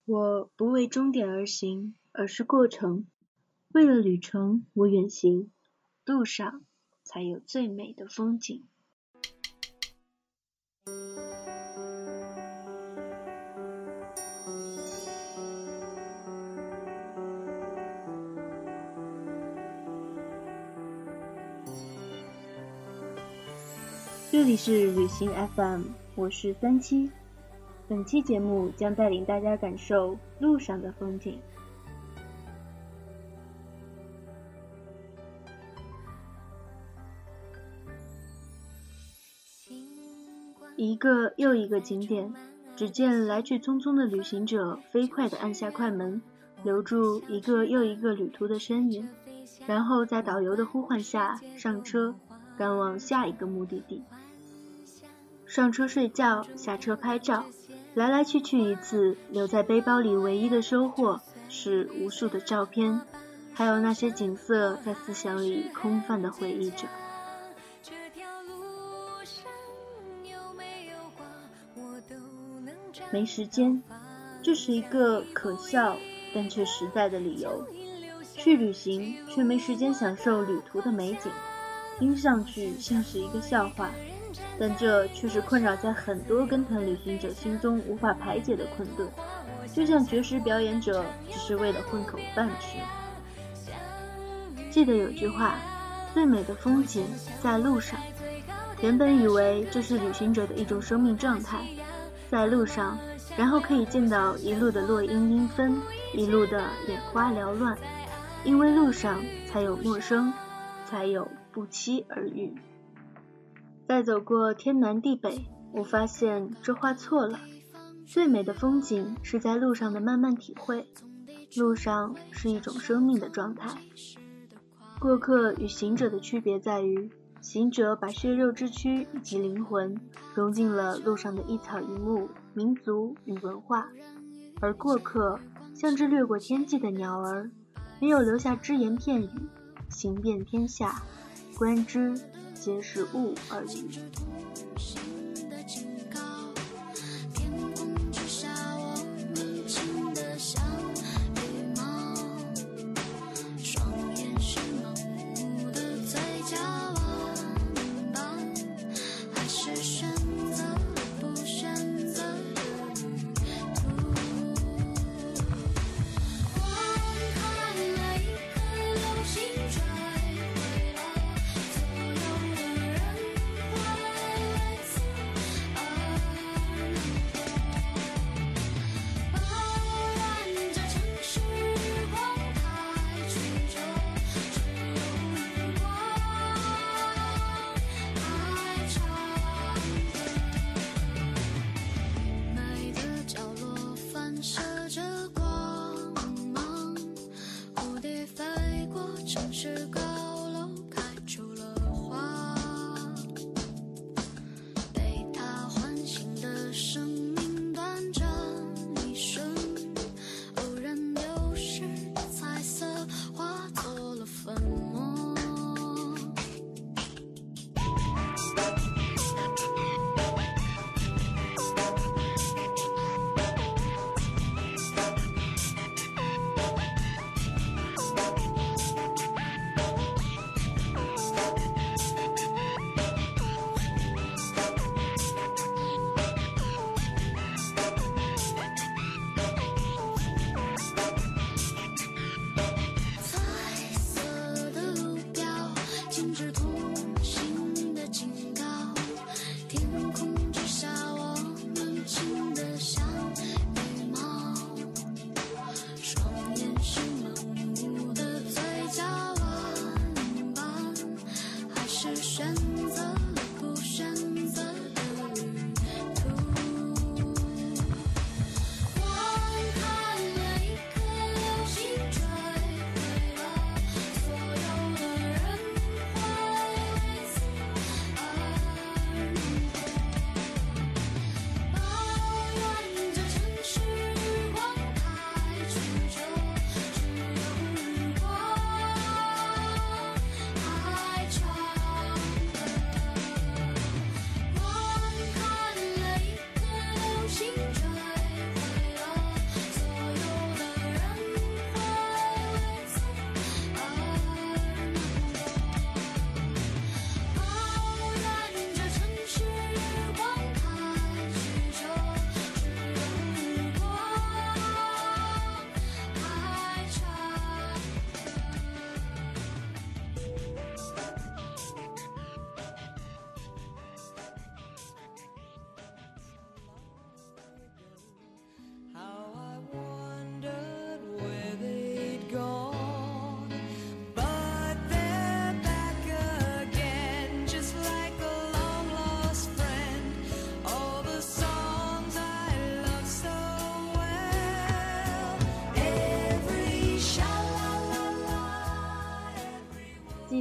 我不为终点而行，而是过程。为了旅程，我远行，路上才有最美的风景。这里是旅行 FM， 我是37。本期节目将带领大家感受路上的风景。一个又一个景点，只见来去匆匆的旅行者飞快地按下快门，留住一个又一个旅途的身影，然后在导游的呼唤下上车，赶往下一个目的地。上车睡觉，下车拍照，来来去去一次，留在背包里唯一的收获是无数的照片，还有那些景色在思想里空泛地回忆着。没时间，这是一个可笑但却实在的理由。去旅行却没时间享受旅途的美景，听上去像是一个笑话，但这却是困扰在很多跟团旅行者心中无法排解的困顿，就像绝食表演者只是为了混口饭吃。记得有句话，最美的风景在路上。原本以为这是旅行者的一种生命状态，在路上，然后可以见到一路的落英缤纷，一路的眼花缭乱，因为路上才有陌生，才有不期而遇。再走过天南地北，我发现这话错了。最美的风景是在路上的慢慢体会，路上是一种生命的状态。过客与行者的区别在于，行者把血肉之躯以及灵魂融进了路上的一草一木、民族与文化，而过客像只掠过天际的鸟儿，没有留下只言片语，行遍天下，观之皆是物而已。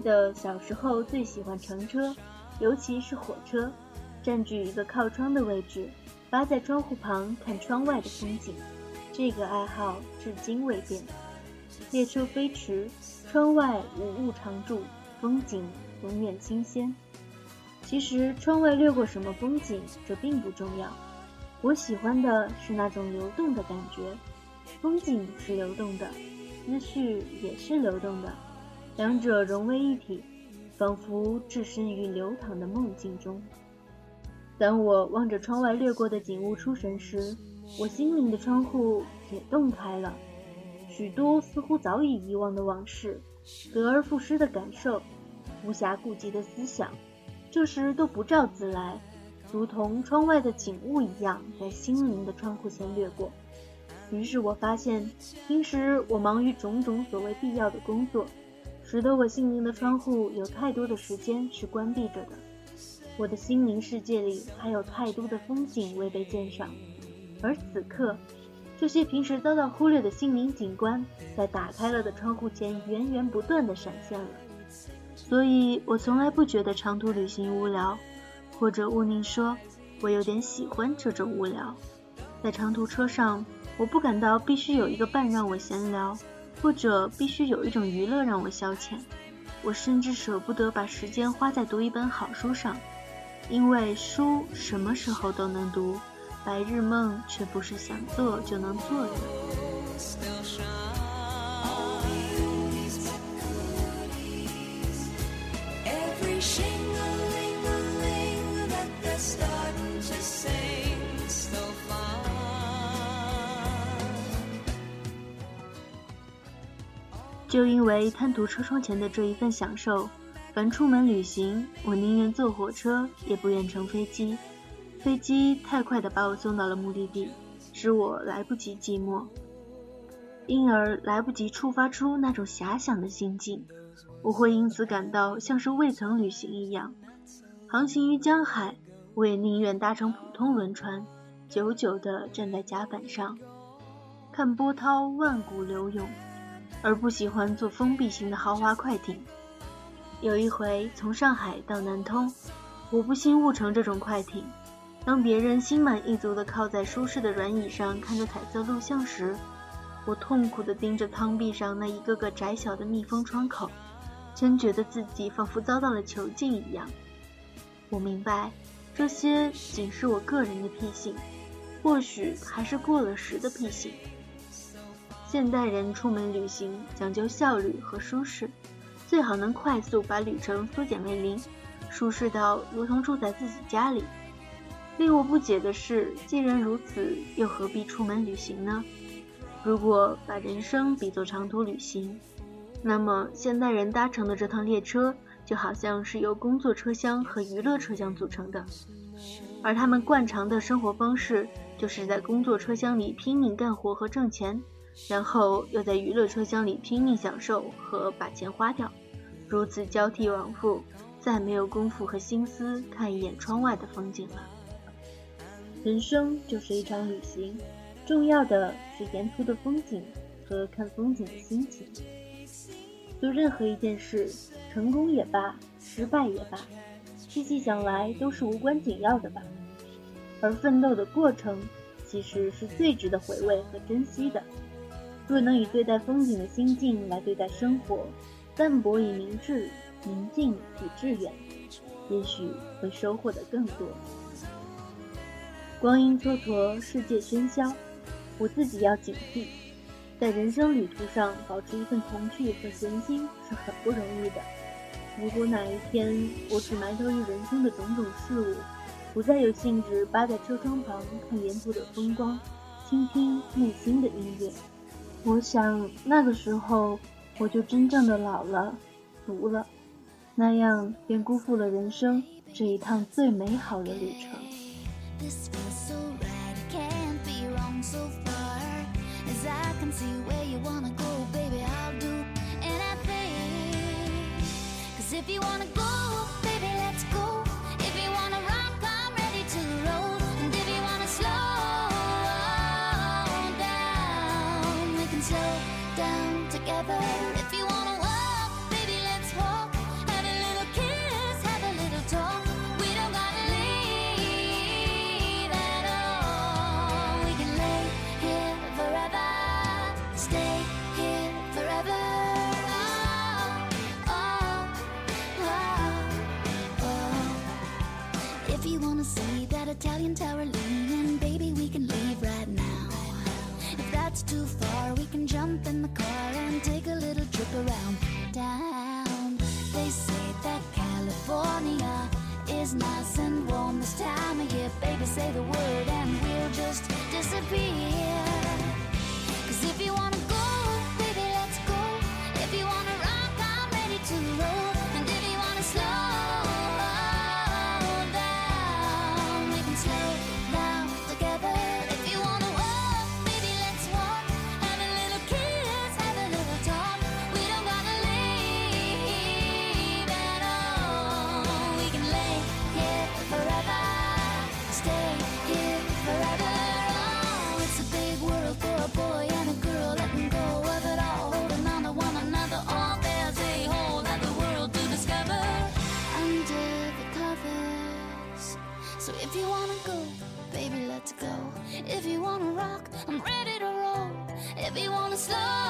得小时候最喜欢乘车，尤其是火车，占据一个靠窗的位置，扒在窗户旁看窗外的风景。这个爱好至今未变。列车飞驰，窗外无物常驻，风景永远新鲜。其实窗外掠过什么风景，这并不重要。我喜欢的是那种流动的感觉，风景是流动的，思绪也是流动的，两者融为一体，仿佛置身于流淌的梦境中。当我望着窗外掠过的景物出神时，我心灵的窗户也洞开了，许多似乎早已遗忘的往事，得而复失的感受，无暇顾及的思想，这时都不召自来，如同窗外的景物一样，在心灵的窗户前掠过。于是我发现，平时我忙于种种所谓必要的工作，使得我心灵的窗户有太多的时间是关闭着的。我的心灵世界里还有太多的风景未被鉴赏，而此刻，这些平时遭到忽略的心灵景观，在打开了的窗户前源源不断地闪现了。所以我从来不觉得长途旅行无聊，或者毋宁说，我有点喜欢这种无聊。在长途车上，我不感到必须有一个伴让我闲聊，或者必须有一种娱乐让我消遣。我甚至舍不得把时间花在读一本好书上，因为书什么时候都能读，白日梦却不是想做就能做的。就因为贪图车窗前的这一份享受，凡出门旅行，我宁愿坐火车，也不愿乘飞机。飞机太快地把我送到了目的地，使我来不及寂寞，因而来不及触发出那种遐想的心境。我会因此感到像是未曾旅行一样。航行于江海，我也宁愿搭乘普通轮船，久久地站在甲板上，看波涛万古流涌，而不喜欢坐封闭型的豪华快艇。有一回从上海到南通，我不幸误乘这种快艇。当别人心满意足地靠在舒适的软椅上看着彩色录像时，我痛苦地盯着舱壁上那一个个窄小的密封窗口，真觉得自己仿佛遭到了囚禁一样。我明白，这些仅是我个人的癖性，或许还是过了时的癖性。现代人出门旅行讲究效率和舒适，最好能快速把旅程缩减为0，舒适到如同住在自己家里。令我不解的是，既然如此，又何必出门旅行呢？如果把人生比作长途旅行，那么现代人搭乘的这趟列车就好像是由工作车厢和娱乐车厢组成的，而他们惯常的生活方式就是在工作车厢里拼命干活和挣钱，然后又在娱乐车厢里拼命享受和把钱花掉，如此交替往复，再没有功夫和心思看一眼窗外的风景了。人生就是一场旅行，重要的是沿途的风景和看风景的心情。做任何一件事，成功也罢，失败也罢，细细想来都是无关紧要的吧。而奋斗的过程其实是最值得回味和珍惜的。若能以对待风景的心境来对待生活，淡泊以明志，宁静以致远，也许会收获得更多。光阴蹉跎，世界喧嚣，我自己要警惕，在人生旅途上保持一份童趣和闲心是很不容易的。如果哪一天我只埋头于人生的种种事物，不再有兴致扒在车窗旁看沿途的风光，倾听内心的音乐，我想那个时候我就真正的老了，俗了，那样便辜负了人生这一趟最美好的旅程。 This feels so right, it can't be wrong so far. As I can see where you wanna go, baby, I'll do anything. Cause if you wanna go, baby, let's go. If you wanna rock, I'm ready to roll. And if you wanna slow down, we can slow down together. If you wanna walk, baby, let's walk. stay here forever. If you wanna see that Italian tower leaning, baby, we can leave right now. If that's too far, we can jump in the car and take a little trip around town. They say that California is nice and warm this time of year. Baby, say the word and we'll just disappear. 'Cause if you wanna go, baby, let's go. If you wanna rock, I'm ready to roll. And if you wanna slow down, we can slow down together. If you wanna walk, baby, let's walk. Have a little kiss, have a little talk. We don't gotta leave at all. We can lay here forever, stay here forever. Oh, it's a big world for a boy and a girl, letting go of it all, holding on to one another. Oh, there's a whole other world to discover under the covers. So if you wanna go, baby, let's go. If you wanna rock, I'm ready to roll. If you wanna slow